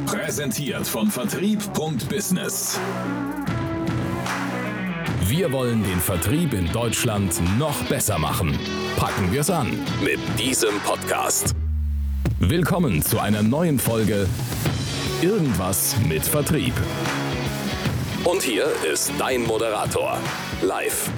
Präsentiert von Vertrieb.business. Wir wollen den Vertrieb in Deutschland noch besser machen. Packen wir es an mit diesem Podcast. Willkommen zu einer neuen Folge Irgendwas mit Vertrieb. Und hier ist dein Moderator, live.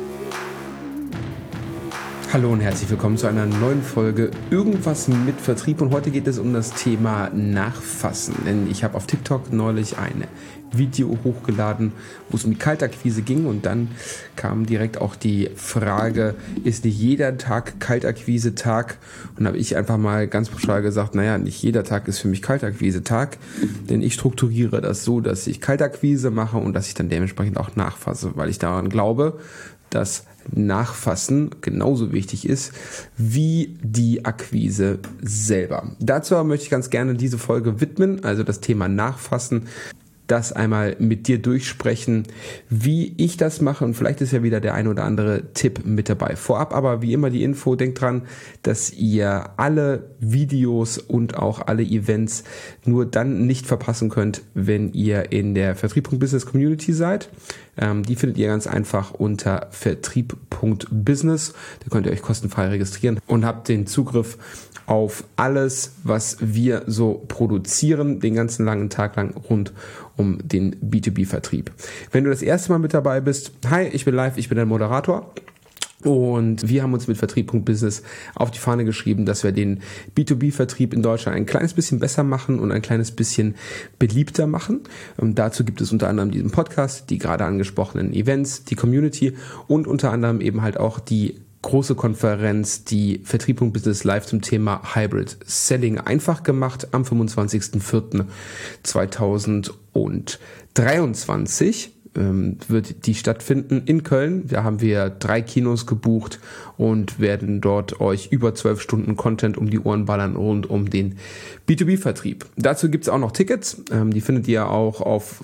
Hallo und herzlich willkommen zu einer neuen Folge Irgendwas mit Vertrieb, und heute geht es um das Thema Nachfassen, denn ich habe auf TikTok neulich ein Video hochgeladen, wo es um die Kaltakquise ging, und dann kam direkt auch die Frage, ist nicht jeder Tag Kaltakquise-Tag? Und da habe ich einfach mal ganz pauschal gesagt, naja, nicht jeder Tag ist für mich Kaltakquise-Tag, denn ich strukturiere das so, dass ich Kaltakquise mache und dass ich dann dementsprechend auch nachfasse, weil ich daran glaube, dass Nachfassen genauso wichtig ist wie die Akquise selber. Dazu möchte ich ganz gerne diese Folge widmen, also das Thema Nachfassen, das einmal mit dir durchsprechen, wie ich das mache, und vielleicht ist ja wieder der ein oder andere Tipp mit dabei. Vorab aber wie immer die Info, denkt dran, dass ihr alle Videos und auch alle Events nur dann nicht verpassen könnt, wenn ihr in der Vertrieb.business Community seid. Die findet ihr ganz einfach unter Vertrieb.business. Da könnt ihr euch kostenfrei registrieren und habt den Zugriff auf alles, was wir so produzieren, den ganzen langen Tag lang rund um den B2B-Vertrieb. Wenn du das erste Mal mit dabei bist, hi, ich bin live, ich bin dein Moderator. Und wir haben uns mit Vertrieb.business auf die Fahne geschrieben, dass wir den B2B-Vertrieb in Deutschland ein kleines bisschen besser machen und ein kleines bisschen beliebter machen. Dazu gibt es unter anderem diesen Podcast, die gerade angesprochenen Events, die Community und unter anderem eben halt auch die große Konferenz, die Vertrieb.business live zum Thema Hybrid Selling einfach gemacht am 25.04.2023. Wird die stattfinden in Köln. Da haben wir 3 Kinos gebucht und werden dort euch über 12 Stunden Content um die Ohren ballern rund um den B2B-Vertrieb. Dazu gibt's auch noch Tickets. Die findet ihr auch auf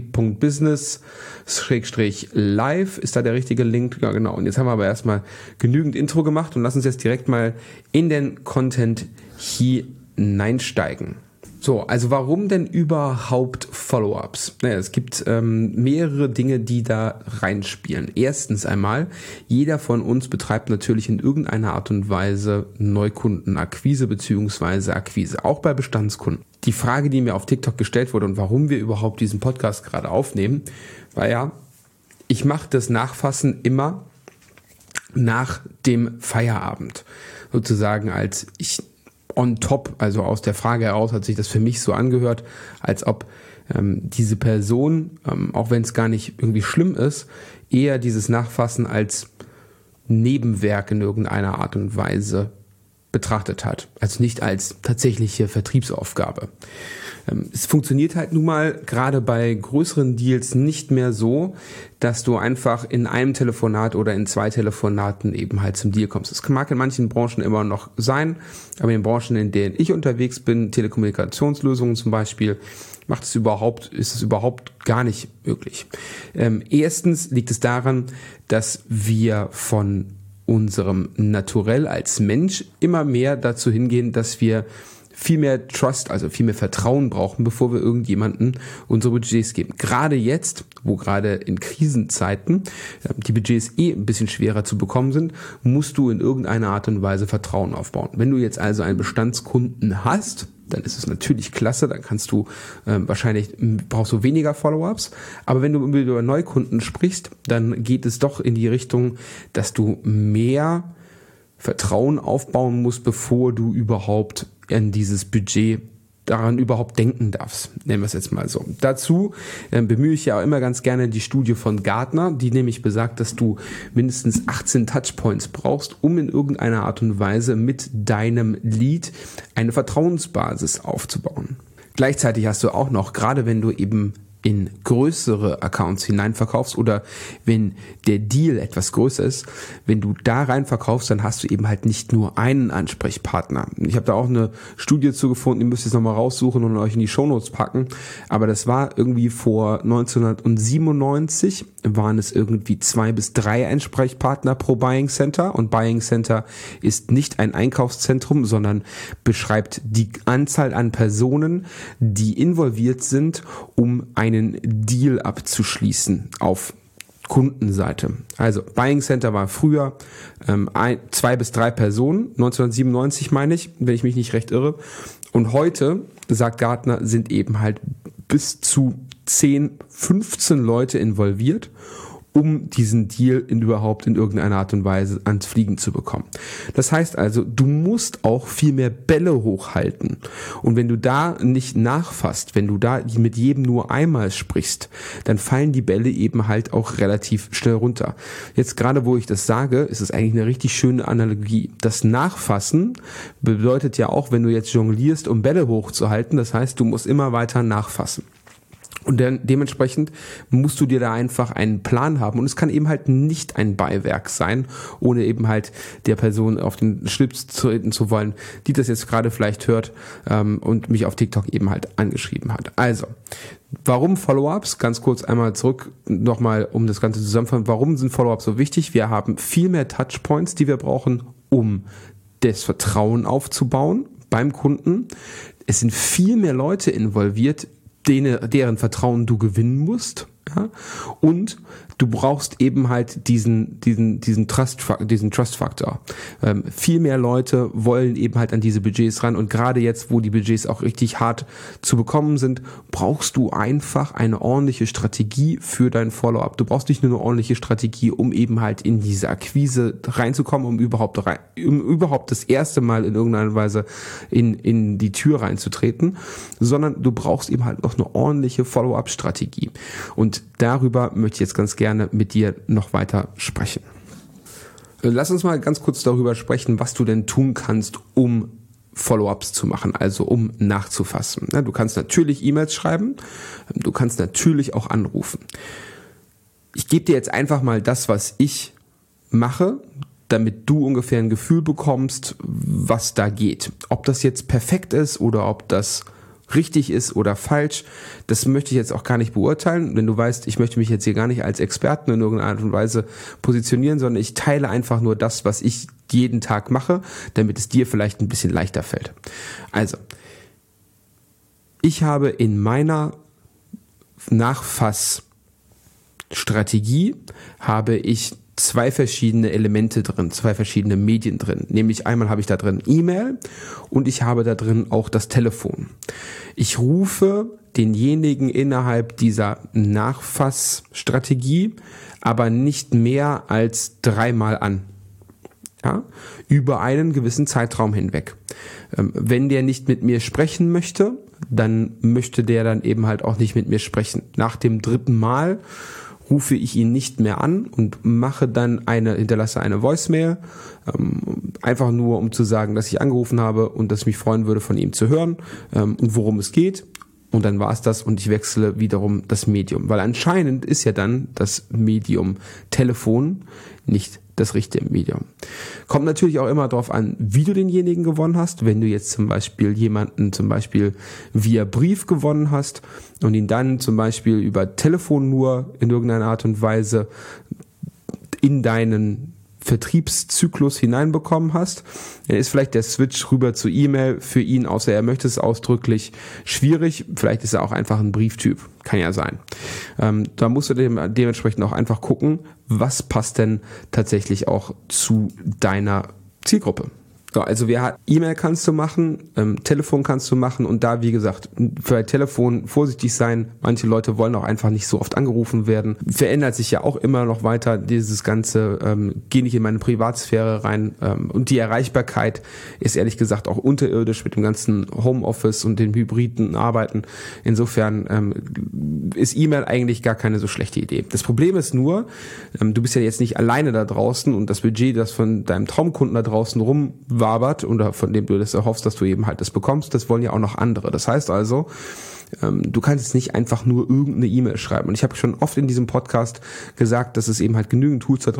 Vertrieb.business/live ist da der richtige Link. Ja, genau. Und jetzt haben wir aber erstmal genügend Intro gemacht und lassen uns jetzt direkt mal in den Content hineinsteigen. So, also warum denn überhaupt Follow-ups? Naja, es gibt mehrere Dinge, die da reinspielen. Erstens einmal, jeder von uns betreibt natürlich in irgendeiner Art und Weise Neukundenakquise bzw. Akquise, auch bei Bestandskunden. Die Frage, die mir auf TikTok gestellt wurde und warum wir überhaupt diesen Podcast gerade aufnehmen, war ja, ich mache das Nachfassen immer nach dem Feierabend. Sozusagen als ich on top, also aus der Frage heraus hat sich das für mich so angehört, als ob diese Person, auch wenn es gar nicht irgendwie schlimm ist, eher dieses Nachfassen als Nebenwerk in irgendeiner Art und Weise betrachtet hat, also nicht als tatsächliche Vertriebsaufgabe. Es funktioniert halt nun mal gerade bei größeren Deals nicht mehr so, dass du einfach in einem Telefonat oder in 2 Telefonaten eben halt zum Deal kommst. Das mag in manchen Branchen immer noch sein, aber in den Branchen, in denen ich unterwegs bin, Telekommunikationslösungen zum Beispiel, ist es überhaupt gar nicht möglich. Erstens liegt es daran, dass wir von unserem Naturell als Mensch immer mehr dazu hingehen, dass wir viel mehr Trust, also viel mehr Vertrauen brauchen, bevor wir irgendjemanden unsere Budgets geben. Gerade jetzt, wo gerade in Krisenzeiten die Budgets ein bisschen schwerer zu bekommen sind, musst du in irgendeiner Art und Weise Vertrauen aufbauen. Wenn du jetzt also einen Bestandskunden hast, dann ist es natürlich klasse, dann kannst du brauchst du weniger Follow-ups, aber wenn du über Neukunden sprichst, dann geht es doch in die Richtung, dass du mehr Vertrauen aufbauen musst, bevor du überhaupt an dieses Budget daran überhaupt denken darfst. Nennen wir es jetzt mal so. Dazu bemühe ich ja auch immer ganz gerne die Studie von Gartner, die nämlich besagt, dass du mindestens 18 Touchpoints brauchst, um in irgendeiner Art und Weise mit deinem Lead eine Vertrauensbasis aufzubauen. Gleichzeitig hast du auch noch, gerade wenn du eben in größere Accounts hineinverkaufst oder wenn der Deal etwas größer ist, wenn du da rein verkaufst, dann hast du eben halt nicht nur einen Ansprechpartner. Ich habe da auch eine Studie zu gefunden, die müsst ihr jetzt nochmal raussuchen und euch in die Shownotes packen, aber das war irgendwie vor 1997, waren es irgendwie 2 bis 3 Ansprechpartner pro Buying Center und Buying Center ist nicht ein Einkaufszentrum, sondern beschreibt die Anzahl an Personen, die involviert sind, um einen Deal abzuschließen auf Kundenseite. Also Buying Center war früher 2 bis 3 Personen, 1997 meine ich, wenn ich mich nicht recht irre. Und heute, sagt Gartner, sind eben halt bis zu 10, 15 Leute involviert, um diesen Deal überhaupt in irgendeiner Art und Weise ans Fliegen zu bekommen. Das heißt also, du musst auch viel mehr Bälle hochhalten. Und wenn du da nicht nachfasst, wenn du da mit jedem nur einmal sprichst, dann fallen die Bälle eben halt auch relativ schnell runter. Jetzt gerade, wo ich das sage, ist es eigentlich eine richtig schöne Analogie. Das Nachfassen bedeutet ja auch, wenn du jetzt jonglierst, um Bälle hochzuhalten, das heißt, du musst immer weiter nachfassen. Und dann dementsprechend musst du dir da einfach einen Plan haben. Und es kann eben halt nicht ein Beiwerk sein, ohne eben halt der Person auf den Schlips treten zu wollen, die das jetzt gerade vielleicht hört und mich auf TikTok eben halt angeschrieben hat. Also, warum Follow-ups? Ganz kurz einmal zurück, nochmal um das Ganze zusammenzufassen. Warum sind Follow-ups so wichtig? Wir haben viel mehr Touchpoints, die wir brauchen, um das Vertrauen aufzubauen beim Kunden. Es sind viel mehr Leute involviert, deren Vertrauen du gewinnen musst, ja? Und du brauchst eben halt diesen Trust-Faktor. Viel mehr Leute wollen eben halt an diese Budgets ran und gerade jetzt, wo die Budgets auch richtig hart zu bekommen sind, brauchst du einfach eine ordentliche Strategie für dein Follow-up. Du brauchst nicht nur eine ordentliche Strategie, um eben halt in diese Akquise reinzukommen, um überhaupt das erste Mal in irgendeiner Weise in die Tür reinzutreten, sondern du brauchst eben halt noch eine ordentliche Follow-up-Strategie. Und darüber möchte ich jetzt ganz gerne mit dir noch weiter sprechen. Lass uns mal ganz kurz darüber sprechen, was du denn tun kannst, um Follow-ups zu machen, also um nachzufassen. Du kannst natürlich E-Mails schreiben, du kannst natürlich auch anrufen. Ich gebe dir jetzt einfach mal das, was ich mache, damit du ungefähr ein Gefühl bekommst, was da geht. Ob das jetzt perfekt ist oder ob das richtig ist oder falsch, das möchte ich jetzt auch gar nicht beurteilen, denn du weißt, ich möchte mich jetzt hier gar nicht als Experten in irgendeiner Art und Weise positionieren, sondern ich teile einfach nur das, was ich jeden Tag mache, damit es dir vielleicht ein bisschen leichter fällt. Also, ich habe in meiner Nachfassstrategie habe ich 2 verschiedene Elemente drin, 2 verschiedene Medien drin. Nämlich einmal habe ich da drin E-Mail und ich habe da drin auch das Telefon. Ich rufe denjenigen innerhalb dieser Nachfassstrategie aber nicht mehr als 3-mal an. Ja, über einen gewissen Zeitraum hinweg. Wenn der nicht mit mir sprechen möchte, dann möchte der dann eben halt auch nicht mit mir sprechen. Nach dem 3. Mal rufe ich ihn nicht mehr an und hinterlasse eine Voicemail, einfach nur um zu sagen, dass ich angerufen habe und dass ich mich freuen würde, von ihm zu hören und worum es geht. Und dann war es das und ich wechsle wiederum das Medium. Weil anscheinend ist ja dann das Medium Telefon nicht das richtige Medium. Kommt natürlich auch immer darauf an, wie du denjenigen gewonnen hast. Wenn du jetzt zum Beispiel jemanden via Brief gewonnen hast und ihn dann zum Beispiel über Telefon nur in irgendeiner Art und Weise in deinen Vertriebszyklus hineinbekommen hast, dann ist vielleicht der Switch rüber zu E-Mail für ihn, außer er möchte es ausdrücklich, schwierig. Vielleicht ist er auch einfach ein Brieftyp. Kann ja sein. Da musst du dementsprechend auch einfach gucken, was passt denn tatsächlich auch zu deiner Zielgruppe. So, also E-Mail kannst du machen, Telefon kannst du machen und da, wie gesagt, bei Telefon vorsichtig sein. Manche Leute wollen auch einfach nicht so oft angerufen werden. Verändert sich ja auch immer noch weiter dieses Ganze, geh nicht in meine Privatsphäre rein und die Erreichbarkeit ist ehrlich gesagt auch unterirdisch mit dem ganzen Homeoffice und den hybriden Arbeiten. Insofern ist E-Mail eigentlich gar keine so schlechte Idee. Das Problem ist nur, du bist ja jetzt nicht alleine da draußen und das Budget, das von deinem Traumkunden da draußen rumwabert oder von dem du das erhoffst, dass du eben halt das bekommst, das wollen ja auch noch andere. Das heißt also, Du kannst jetzt nicht einfach nur irgendeine E-Mail schreiben. Und ich habe schon oft in diesem Podcast gesagt, dass es eben halt genügend Tools da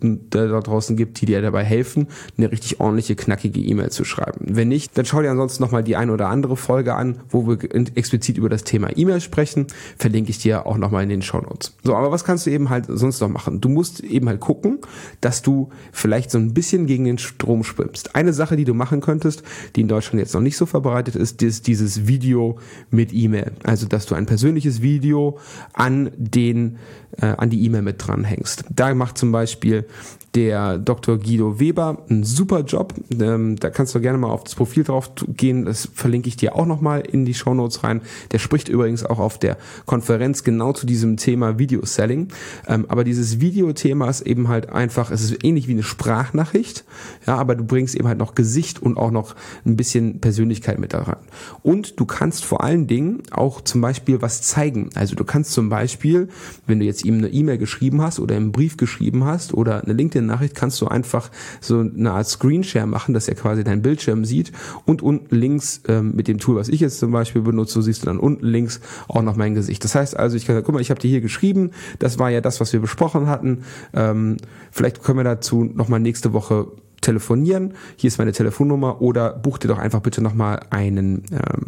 draußen gibt, die dir dabei helfen, eine richtig ordentliche, knackige E-Mail zu schreiben. Wenn nicht, dann schau dir ansonsten nochmal die ein oder andere Folge an, wo wir explizit über das Thema E-Mail sprechen. Verlinke ich dir auch nochmal in den Shownotes. So, aber was kannst du eben halt sonst noch machen? Du musst eben halt gucken, dass du vielleicht so ein bisschen gegen den Strom schwimmst. Eine Sache, die du machen könntest, die in Deutschland jetzt noch nicht so verbreitet ist, ist dieses Video mit E-Mail. Also, dass du ein persönliches Video an die E-Mail mit dranhängst. Da macht zum Beispiel der Dr. Guido Weber einen super Job. Da kannst du gerne mal auf das Profil drauf gehen. Das verlinke ich dir auch nochmal in die Shownotes rein. Der spricht übrigens auch auf der Konferenz genau zu diesem Thema Video Selling. Aber dieses Video-Thema ist eben halt einfach, es ist ähnlich wie eine Sprachnachricht, ja, aber du bringst eben halt noch Gesicht und auch noch ein bisschen Persönlichkeit mit daran. Und du kannst vor allen Dingen auch zum Beispiel was zeigen. Also du kannst zum Beispiel, wenn du jetzt ihm eine E-Mail geschrieben hast oder einen Brief geschrieben hast oder eine LinkedIn-Nachricht, kannst du einfach so eine Art Screenshare machen, dass er quasi deinen Bildschirm sieht und unten links mit dem Tool, was ich jetzt zum Beispiel benutze, so siehst du dann unten links auch noch mein Gesicht. Das heißt also, ich kann sagen, guck mal, ich habe dir hier geschrieben, das war ja das, was wir besprochen hatten. Vielleicht können wir dazu nochmal nächste Woche telefonieren. Hier ist meine Telefonnummer oder buch dir doch einfach bitte nochmal einen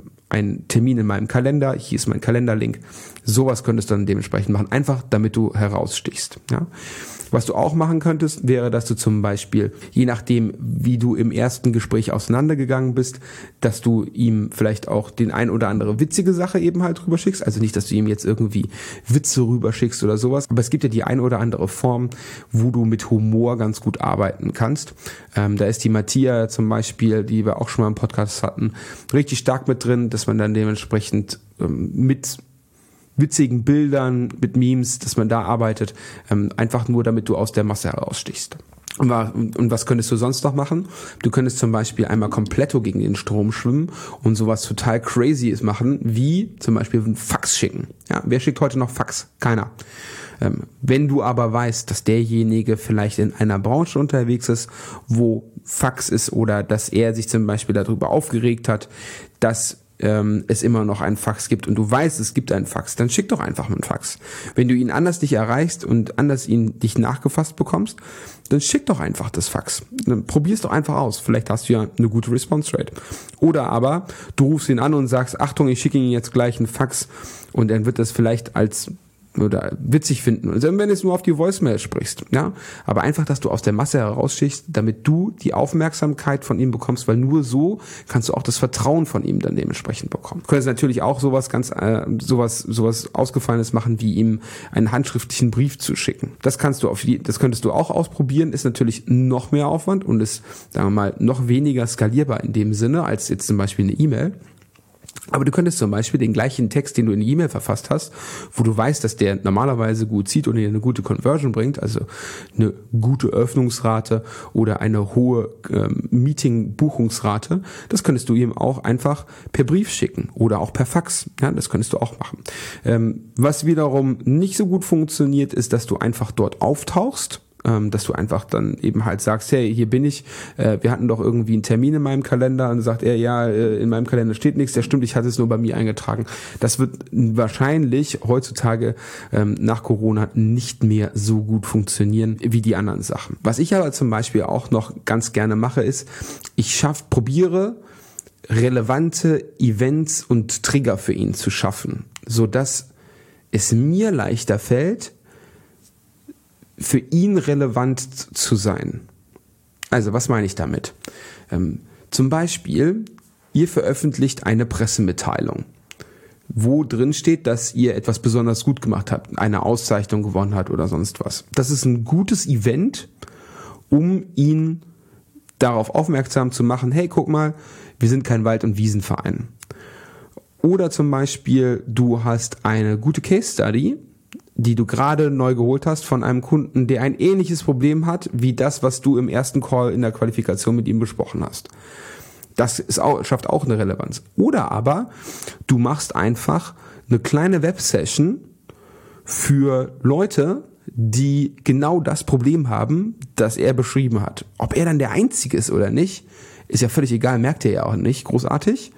Termin in meinem Kalender. Hier ist mein Kalenderlink. Sowas könntest du dann dementsprechend machen, einfach damit du herausstichst. Ja? Was du auch machen könntest, wäre, dass du zum Beispiel, je nachdem, wie du im ersten Gespräch auseinandergegangen bist, dass du ihm vielleicht auch den ein oder andere witzige Sache eben halt rüberschickst. Also nicht, dass du ihm jetzt irgendwie Witze rüberschickst oder sowas. Aber es gibt ja die ein oder andere Form, wo du mit Humor ganz gut arbeiten kannst. Da ist die Mattia zum Beispiel, die wir auch schon mal im Podcast hatten, richtig stark mit drin, dass man dann dementsprechend mit witzigen Bildern, mit Memes, dass man da arbeitet, einfach nur, damit du aus der Masse herausstichst. Und was könntest du sonst noch machen? Du könntest zum Beispiel einmal kompletto gegen den Strom schwimmen und sowas total Crazyes machen, wie zum Beispiel ein Fax schicken. Ja, wer schickt heute noch Fax? Keiner. Wenn du aber weißt, dass derjenige vielleicht in einer Branche unterwegs ist, wo Fax ist oder dass er sich zum Beispiel darüber aufgeregt hat, dass es immer noch einen Fax gibt und du weißt, es gibt einen Fax, dann schick doch einfach einen Fax. Wenn du ihn anders nicht erreichst und anders dich nachgefasst bekommst, dann schick doch einfach das Fax. Dann probier's doch einfach aus. Vielleicht hast du ja eine gute Response Rate. Oder aber du rufst ihn an und sagst, Achtung, ich schicke Ihnen jetzt gleich einen Fax und er wird das vielleicht als oder witzig finden. Und wenn du es nur auf die Voicemail sprichst, ja, aber einfach, dass du aus der Masse herausstichst, damit du die Aufmerksamkeit von ihm bekommst, weil nur so kannst du auch das Vertrauen von ihm dann dementsprechend bekommen. Du könntest natürlich auch sowas Ausgefallenes machen, wie ihm einen handschriftlichen Brief zu schicken. Das könntest du auch ausprobieren, ist natürlich noch mehr Aufwand und ist, sagen wir mal, noch weniger skalierbar in dem Sinne, als jetzt zum Beispiel eine E-Mail. Aber du könntest zum Beispiel den gleichen Text, den du in die E-Mail verfasst hast, wo du weißt, dass der normalerweise gut zieht und dir eine gute Conversion bringt, also eine gute Öffnungsrate oder eine hohe Meeting-Buchungsrate, das könntest du ihm auch einfach per Brief schicken oder auch per Fax. Ja, das könntest du auch machen. Was wiederum nicht so gut funktioniert, ist, dass du einfach dort auftauchst, dass du einfach dann eben halt sagst, hey, hier bin ich, wir hatten doch irgendwie einen Termin in meinem Kalender, und dann sagt er, ja, in meinem Kalender steht nichts, ja stimmt, ich hatte es nur bei mir eingetragen. Das wird wahrscheinlich heutzutage nach Corona nicht mehr so gut funktionieren wie die anderen Sachen. Was ich aber zum Beispiel auch noch ganz gerne mache, ist, probiere relevante Events und Trigger für ihn zu schaffen, sodass es mir leichter fällt, für ihn relevant zu sein. Also, was meine ich damit? Zum Beispiel, ihr veröffentlicht eine Pressemitteilung, wo drin steht, dass ihr etwas besonders gut gemacht habt, eine Auszeichnung gewonnen habt oder sonst was. Das ist ein gutes Event, um ihn darauf aufmerksam zu machen, hey, guck mal, wir sind kein Wald- und Wiesenverein. Oder zum Beispiel, du hast eine gute Case Study, die du gerade neu geholt hast von einem Kunden, der ein ähnliches Problem hat, wie das, was du im ersten Call in der Qualifikation mit ihm besprochen hast. Das schafft auch eine Relevanz. Oder aber, du machst einfach eine kleine Websession für Leute, die genau das Problem haben, das er beschrieben hat. Ob er dann der Einzige ist oder nicht, ist ja völlig egal, merkt er ja auch nicht großartig,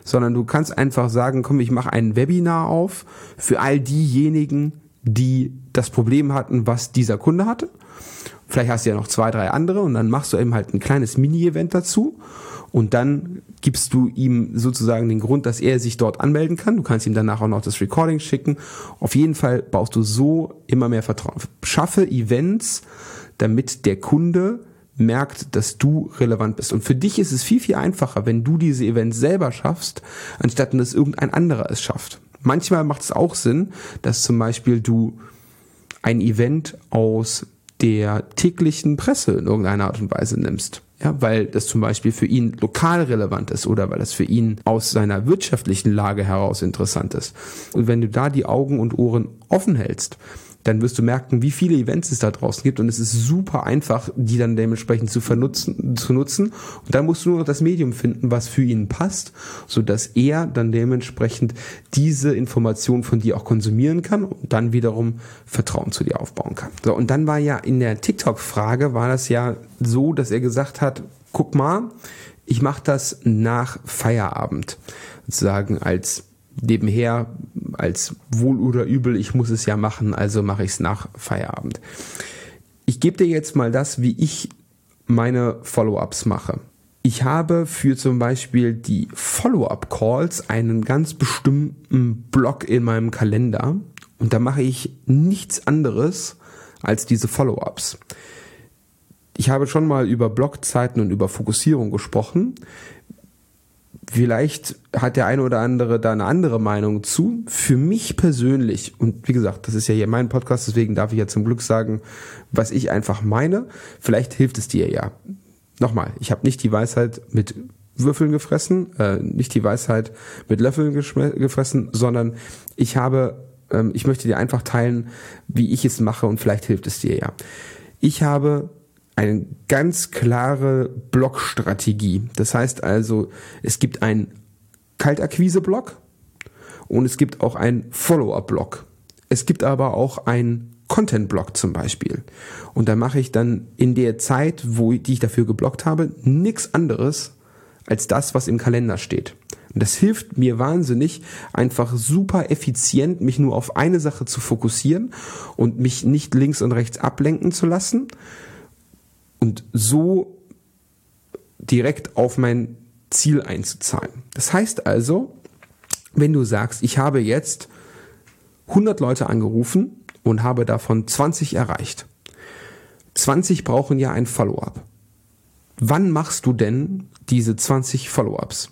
sondern du kannst einfach sagen, komm, ich mache ein Webinar auf für all diejenigen, die das Problem hatten, was dieser Kunde hatte. Vielleicht hast du ja noch 2, 3 andere und dann machst du eben halt ein kleines Mini-Event dazu und dann gibst du ihm sozusagen den Grund, dass er sich dort anmelden kann. Du kannst ihm danach auch noch das Recording schicken. Auf jeden Fall baust du so immer mehr Vertrauen. Schaffe Events, damit der Kunde merkt, dass du relevant bist. Und für dich ist es viel, viel einfacher, wenn du diese Events selber schaffst, anstatt dass irgendein anderer es schafft. Manchmal macht es auch Sinn, dass zum Beispiel du ein Event aus der täglichen Presse in irgendeiner Art und Weise nimmst. Ja, weil das zum Beispiel für ihn lokal relevant ist oder weil das für ihn aus seiner wirtschaftlichen Lage heraus interessant ist. Und wenn du da die Augen und Ohren offen hältst, dann wirst du merken, wie viele Events es da draußen gibt und es ist super einfach, die dann dementsprechend zu nutzen. Und dann musst du nur noch das Medium finden, was für ihn passt, sodass er dann dementsprechend diese Information von dir auch konsumieren kann und dann wiederum Vertrauen zu dir aufbauen kann. So, und dann war ja in der TikTok-Frage, war das ja so, dass er gesagt hat, guck mal, ich mache das nach Feierabend, sozusagen als nebenher, als wohl oder übel, ich muss es ja machen, also mache ich es nach Feierabend. Ich gebe dir jetzt mal das, wie ich meine Follow-ups mache. Ich habe für zum Beispiel die Follow-up-Calls einen ganz bestimmten Block in meinem Kalender und da mache ich nichts anderes als diese Follow-ups. Ich habe schon mal über Blockzeiten und über Fokussierung gesprochen. Vielleicht hat der eine oder andere da eine andere Meinung zu. Für mich persönlich, und wie gesagt, das ist ja hier mein Podcast, deswegen darf ich ja zum Glück sagen, was ich einfach meine. Vielleicht hilft es dir ja. Nochmal, ich habe nicht die Weisheit mit Würfeln gefressen, nicht die Weisheit mit Löffeln gefressen, sondern ich möchte dir einfach teilen, wie ich es mache und vielleicht hilft es dir ja. Ich habe eine ganz klare Blockstrategie. Das heißt also, es gibt einen Kaltakquise-Block und es gibt auch einen Follow-up-Block. Es gibt aber auch einen Content-Block zum Beispiel. Und da mache ich dann in der Zeit, die ich dafür geblockt habe, nichts anderes als das, was im Kalender steht. Und das hilft mir wahnsinnig, einfach super effizient, mich nur auf eine Sache zu fokussieren und mich nicht links und rechts ablenken zu lassen, und so direkt auf mein Ziel einzuzahlen. Das heißt also, wenn du sagst, ich habe jetzt 100 Leute angerufen und habe davon 20 erreicht. 20 brauchen ja ein Follow-up. Wann machst du denn diese 20 Follow-ups?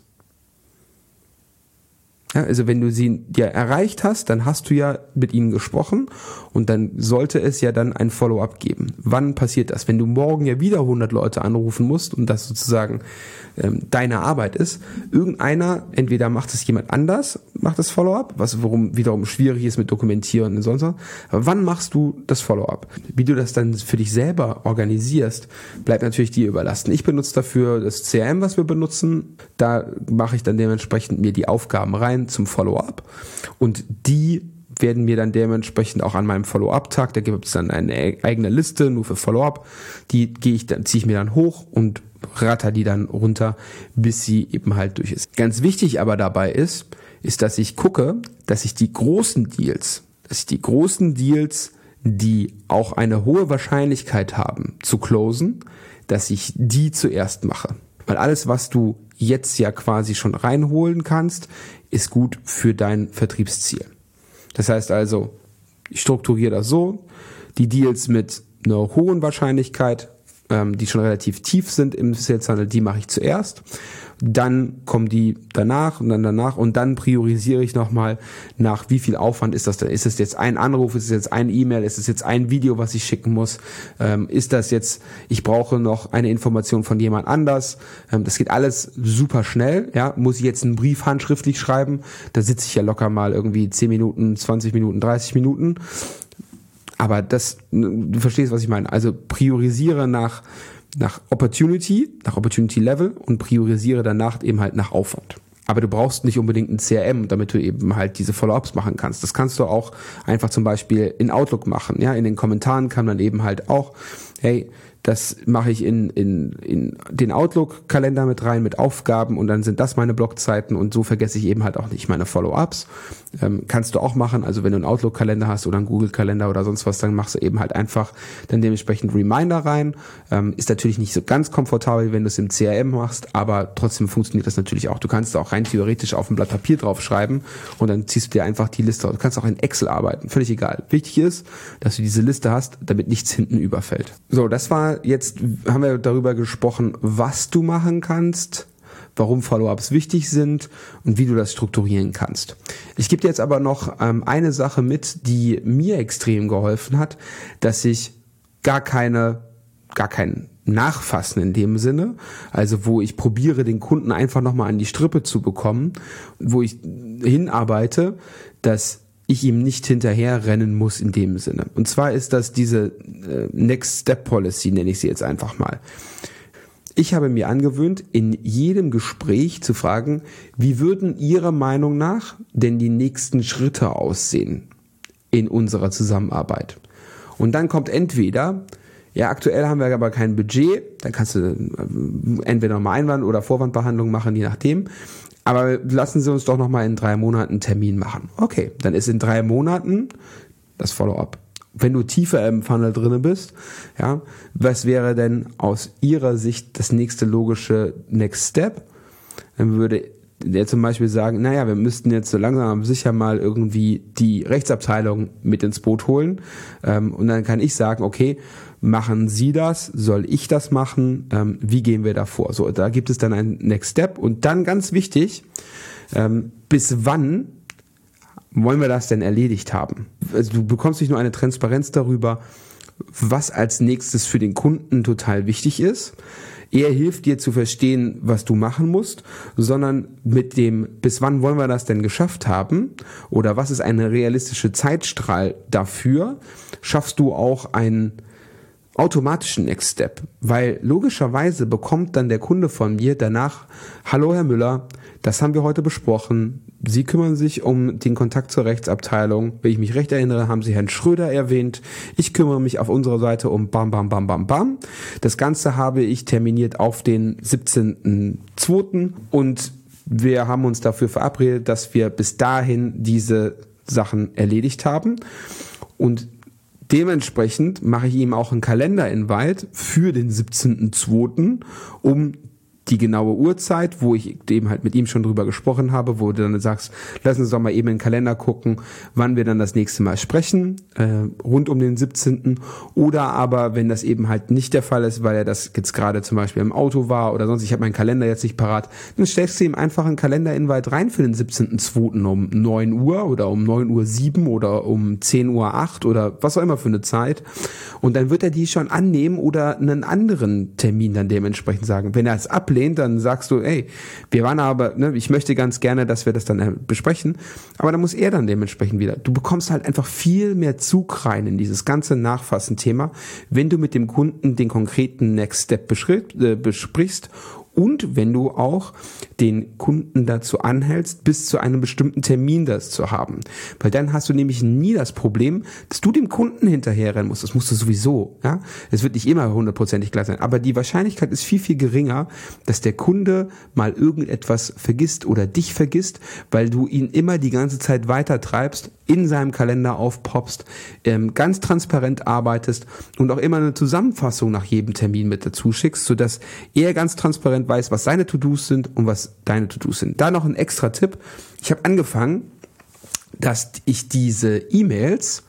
Ja, also wenn du sie ja erreicht hast, dann hast du ja mit ihnen gesprochen und dann sollte es ja dann ein Follow-up geben. Wann passiert das? Wenn du morgen ja wieder 100 Leute anrufen musst und das sozusagen deine Arbeit ist, irgendeiner, entweder macht es jemand anders, macht das Follow-up, was wiederum schwierig ist mit Dokumentieren und sonst was. Aber wann machst du das Follow-up? Wie du das dann für dich selber organisierst, bleibt natürlich dir überlassen. Ich benutze dafür das CRM, was wir benutzen. Da mache ich dann dementsprechend mir die Aufgaben rein zum Follow-up und die werden mir dann dementsprechend auch an meinem Follow-up-Tag, da gibt es dann eine eigene Liste nur für Follow-up, die ziehe ich mir dann hoch und ratter die dann runter, bis sie eben halt durch ist. Ganz wichtig aber dabei ist, dass ich gucke, dass ich die großen Deals, die auch eine hohe Wahrscheinlichkeit haben zu closen, dass ich die zuerst mache. Weil alles, was du jetzt ja quasi schon reinholen kannst, ist gut für dein Vertriebsziel. Das heißt also, ich strukturiere das so, die Deals mit einer hohen Wahrscheinlichkeit, die schon relativ tief sind im Sales-Funnel, die mache ich zuerst. Dann kommen die danach und dann priorisiere ich nochmal nach, wie viel Aufwand ist das denn? Ist es jetzt ein Anruf, ist es jetzt ein E-Mail, ist es jetzt ein Video, was ich schicken muss? Ist das jetzt, ich brauche noch eine Information von jemand anders? Das geht alles super schnell, ja. Muss ich jetzt einen Brief handschriftlich schreiben? Da sitze ich ja locker mal irgendwie 10 Minuten, 20 Minuten, 30 Minuten. Aber du verstehst, was ich meine. Also priorisiere nach Opportunity Level und priorisiere danach eben halt nach Aufwand. Aber du brauchst nicht unbedingt ein CRM, damit du eben halt diese Follow-ups machen kannst. Das kannst du auch einfach zum Beispiel in Outlook machen. Ja, in den Kommentaren kann man eben halt auch, hey, das mache ich in den Outlook-Kalender mit rein, mit Aufgaben, und dann sind das meine Blockzeiten, und so vergesse ich eben halt auch nicht meine Follow-ups. Kannst du auch machen, also wenn du einen Outlook-Kalender hast oder einen Google-Kalender oder sonst was, dann machst du eben halt einfach dann dementsprechend Reminder rein. Ist natürlich nicht so ganz komfortabel, wenn du es im CRM machst, aber trotzdem funktioniert das natürlich auch. Du kannst auch rein theoretisch auf ein Blatt Papier draufschreiben und dann ziehst du dir einfach die Liste. Du kannst auch in Excel arbeiten, völlig egal. Wichtig ist, dass du diese Liste hast, damit nichts hinten überfällt. So, das war jetzt, haben wir darüber gesprochen, was du machen kannst, warum Follow-ups wichtig sind und wie du das strukturieren kannst. Ich gebe dir jetzt aber noch eine Sache mit, die mir extrem geholfen hat, dass ich gar kein Nachfassen in dem Sinne, also wo ich probiere, den Kunden einfach nochmal an die Strippe zu bekommen, wo ich hinarbeite, dass ich ihm nicht hinterher rennen muss in dem Sinne. Und zwar ist das diese Next Step Policy, nenne ich sie jetzt einfach mal. Ich habe mir angewöhnt, in jedem Gespräch zu fragen, wie würden Ihrer Meinung nach denn die nächsten Schritte aussehen in unserer Zusammenarbeit? Und dann kommt entweder, ja, aktuell haben wir aber kein Budget, dann kannst du entweder nochmal Einwand- oder Vorwandbehandlung machen, je nachdem. Aber lassen Sie uns doch nochmal in 3 Monaten einen Termin machen. Okay, dann ist in 3 Monaten das Follow-up. Wenn du tiefer im Funnel drinne bist, ja, was wäre denn aus Ihrer Sicht das nächste logische Next Step? Dann würde der zum Beispiel sagen, naja, wir müssten jetzt so langsam aber sicher mal irgendwie die Rechtsabteilung mit ins Boot holen. Und dann kann ich sagen, okay, machen Sie das? Soll ich das machen? Wie gehen wir da vor? So, da gibt es dann einen Next Step. Und dann ganz wichtig, bis wann wollen wir das denn erledigt haben? Also du bekommst nicht nur eine Transparenz darüber, was als nächstes für den Kunden total wichtig ist. Er hilft dir zu verstehen, was du machen musst, sondern mit dem, bis wann wollen wir das denn geschafft haben? Oder was ist eine realistische Zeitstrahl dafür? Schaffst du auch einen automatischen Next Step? Weil logischerweise bekommt dann der Kunde von mir danach, hallo Herr Müller, das haben wir heute besprochen. Sie kümmern sich um den Kontakt zur Rechtsabteilung. Wenn ich mich recht erinnere, haben Sie Herrn Schröder erwähnt. Ich kümmere mich auf unserer Seite um bam, bam, bam, bam, bam. Das Ganze habe ich terminiert auf den 17.02. und wir haben uns dafür verabredet, dass wir bis dahin diese Sachen erledigt haben. Und dementsprechend mache ich ihm auch einen Kalender-Invite für den 17.02., um die genaue Uhrzeit, wo ich eben halt mit ihm schon drüber gesprochen habe, wo du dann sagst, lass uns doch mal eben in den Kalender gucken, wann wir dann das nächste Mal sprechen, rund um den 17. Oder aber, wenn das eben halt nicht der Fall ist, weil er das jetzt gerade zum Beispiel im Auto war oder sonst, ich habe meinen Kalender jetzt nicht parat, dann stellst du ihm einfach einen Kalender-Invite rein für den 17.02. um 9 Uhr oder um 9.07 Uhr oder um 10.08 Uhr oder was auch immer für eine Zeit. Und dann wird er die schon annehmen oder einen anderen Termin dann dementsprechend sagen. Wenn er es ablehnt, dann sagst du, ey, wir waren aber, ich möchte ganz gerne, dass wir das dann besprechen, aber dann muss er dann dementsprechend wieder. Du bekommst halt einfach viel mehr Zug rein in dieses ganze Nachfassen-Thema, wenn du mit dem Kunden den konkreten Next Step besprichst und wenn du auch den Kunden dazu anhältst, bis zu einem bestimmten Termin das zu haben. Weil dann hast du nämlich nie das Problem, dass du dem Kunden hinterherrennen musst. Das musst du sowieso. Ja? Es wird nicht immer 100%ig gleich sein. Aber die Wahrscheinlichkeit ist viel, viel geringer, dass der Kunde mal irgendetwas vergisst oder dich vergisst, weil du ihn immer die ganze Zeit weiter treibst, in seinem Kalender aufpoppst, ganz transparent arbeitest und auch immer eine Zusammenfassung nach jedem Termin mit dazu schickst, sodass er ganz transparent weiß, was seine To-Dos sind und was deine To-Dos sind. Da noch ein extra Tipp. Ich habe angefangen, dass ich diese E-Mails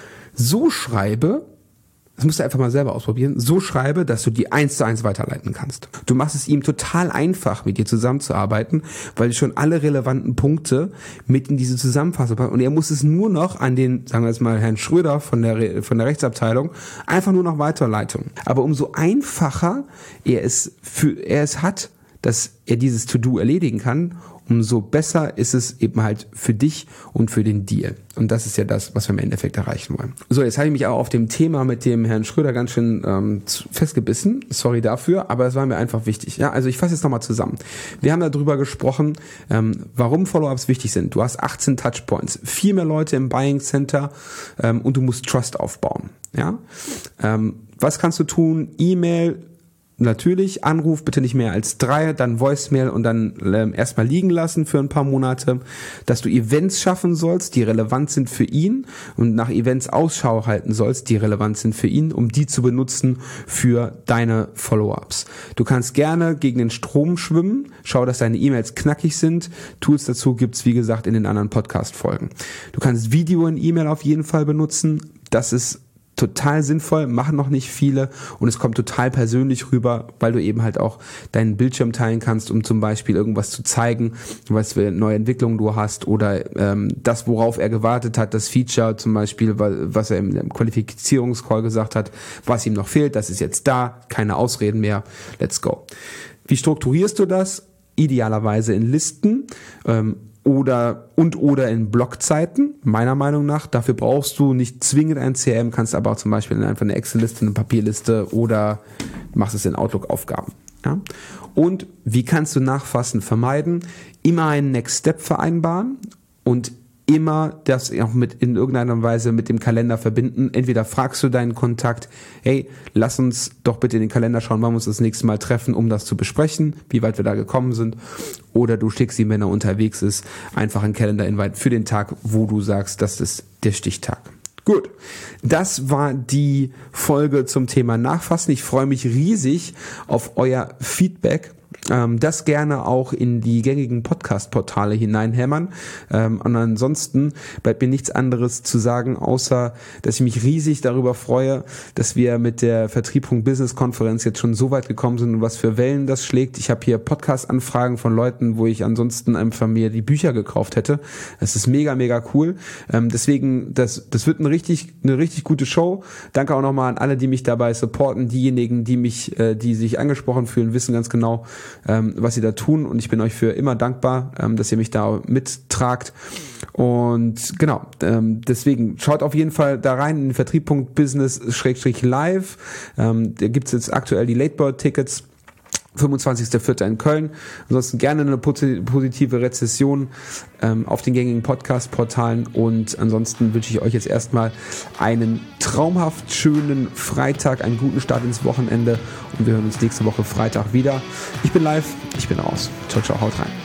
so schreibe, das musst du einfach mal selber ausprobieren, so schreibe, dass du die 1:1 weiterleiten kannst. Du machst es ihm total einfach, mit dir zusammenzuarbeiten, weil du schon alle relevanten Punkte mit in diese Zusammenfassung packst. Und er muss es nur noch an den, sagen wir jetzt mal, Herrn Schröder von der Rechtsabteilung, einfach nur noch weiterleiten. Aber umso einfacher er es hat, dass er dieses To-Do erledigen kann, umso besser ist es eben halt für dich und für den Deal. Und das ist ja das, was wir im Endeffekt erreichen wollen. So, jetzt habe ich mich auch auf dem Thema mit dem Herrn Schröder ganz schön festgebissen. Sorry dafür, aber es war mir einfach wichtig. Ja, also ich fasse jetzt nochmal zusammen. Wir haben darüber gesprochen, warum Follow-ups wichtig sind. Du hast 18 Touchpoints, viel mehr Leute im Buying Center und du musst Trust aufbauen. Ja, Was kannst du tun? E-Mail, natürlich, Anruf bitte nicht mehr als 3, dann Voicemail und dann erstmal liegen lassen für ein paar Monate, dass du Events schaffen sollst, die relevant sind für ihn und nach Events Ausschau halten sollst, die relevant sind für ihn, um die zu benutzen für deine Follow-ups. Du kannst gerne gegen den Strom schwimmen, schau, dass deine E-Mails knackig sind. Tools dazu gibt's, wie gesagt, in den anderen Podcast-Folgen. Du kannst Video in E-Mail auf jeden Fall benutzen, das ist total sinnvoll, machen noch nicht viele und es kommt total persönlich rüber, weil du eben halt auch deinen Bildschirm teilen kannst, um zum Beispiel irgendwas zu zeigen, was für neue Entwicklungen du hast oder das, worauf er gewartet hat, das Feature zum Beispiel, was er im Qualifizierungscall gesagt hat, was ihm noch fehlt, das ist jetzt da, keine Ausreden mehr, let's go. Wie strukturierst du das? Idealerweise in Listen, oder in Blockzeiten, meiner Meinung nach. Dafür brauchst du nicht zwingend ein CRM, kannst aber auch zum Beispiel einfach eine Excel-Liste, eine Papierliste oder machst es in Outlook-Aufgaben. Ja? Und wie kannst du Nachfassen vermeiden? Immer einen Next Step vereinbaren und immer das auch in irgendeiner Weise mit dem Kalender verbinden. Entweder fragst du deinen Kontakt, hey, lass uns doch bitte in den Kalender schauen, wann wir uns das nächste Mal treffen, um das zu besprechen, wie weit wir da gekommen sind. Oder du schickst ihm, wenn er unterwegs ist, einfach einen Kalender-Invite für den Tag, wo du sagst, das ist der Stichtag. Gut, das war die Folge zum Thema Nachfassen. Ich freue mich riesig auf euer Feedback. Das gerne auch in die gängigen Podcast-Portale hineinhämmern. Und ansonsten bleibt mir nichts anderes zu sagen, außer, dass ich mich riesig darüber freue, dass wir mit der Vertrieb.Business-Konferenz jetzt schon so weit gekommen sind und was für Wellen das schlägt. Ich habe hier Podcast-Anfragen von Leuten, wo ich ansonsten einfach mir die Bücher gekauft hätte. Das ist mega, mega cool. Deswegen, das wird eine richtig gute Show. Danke auch nochmal an alle, die mich dabei supporten. Diejenigen, die sich angesprochen fühlen, wissen ganz genau, was sie da tun und ich bin euch für immer dankbar, dass ihr mich da mittragt und genau, deswegen schaut auf jeden Fall da rein in den Vertrieb.Business/live, da gibt's jetzt aktuell die Late-Bird-Tickets, 25.04. in Köln. Ansonsten gerne eine positive Rezession auf den gängigen Podcast-Portalen und ansonsten wünsche ich euch jetzt erstmal einen traumhaft schönen Freitag, einen guten Start ins Wochenende und wir hören uns nächste Woche Freitag wieder. Ich bin live, ich bin raus. Ciao, ciao, haut rein.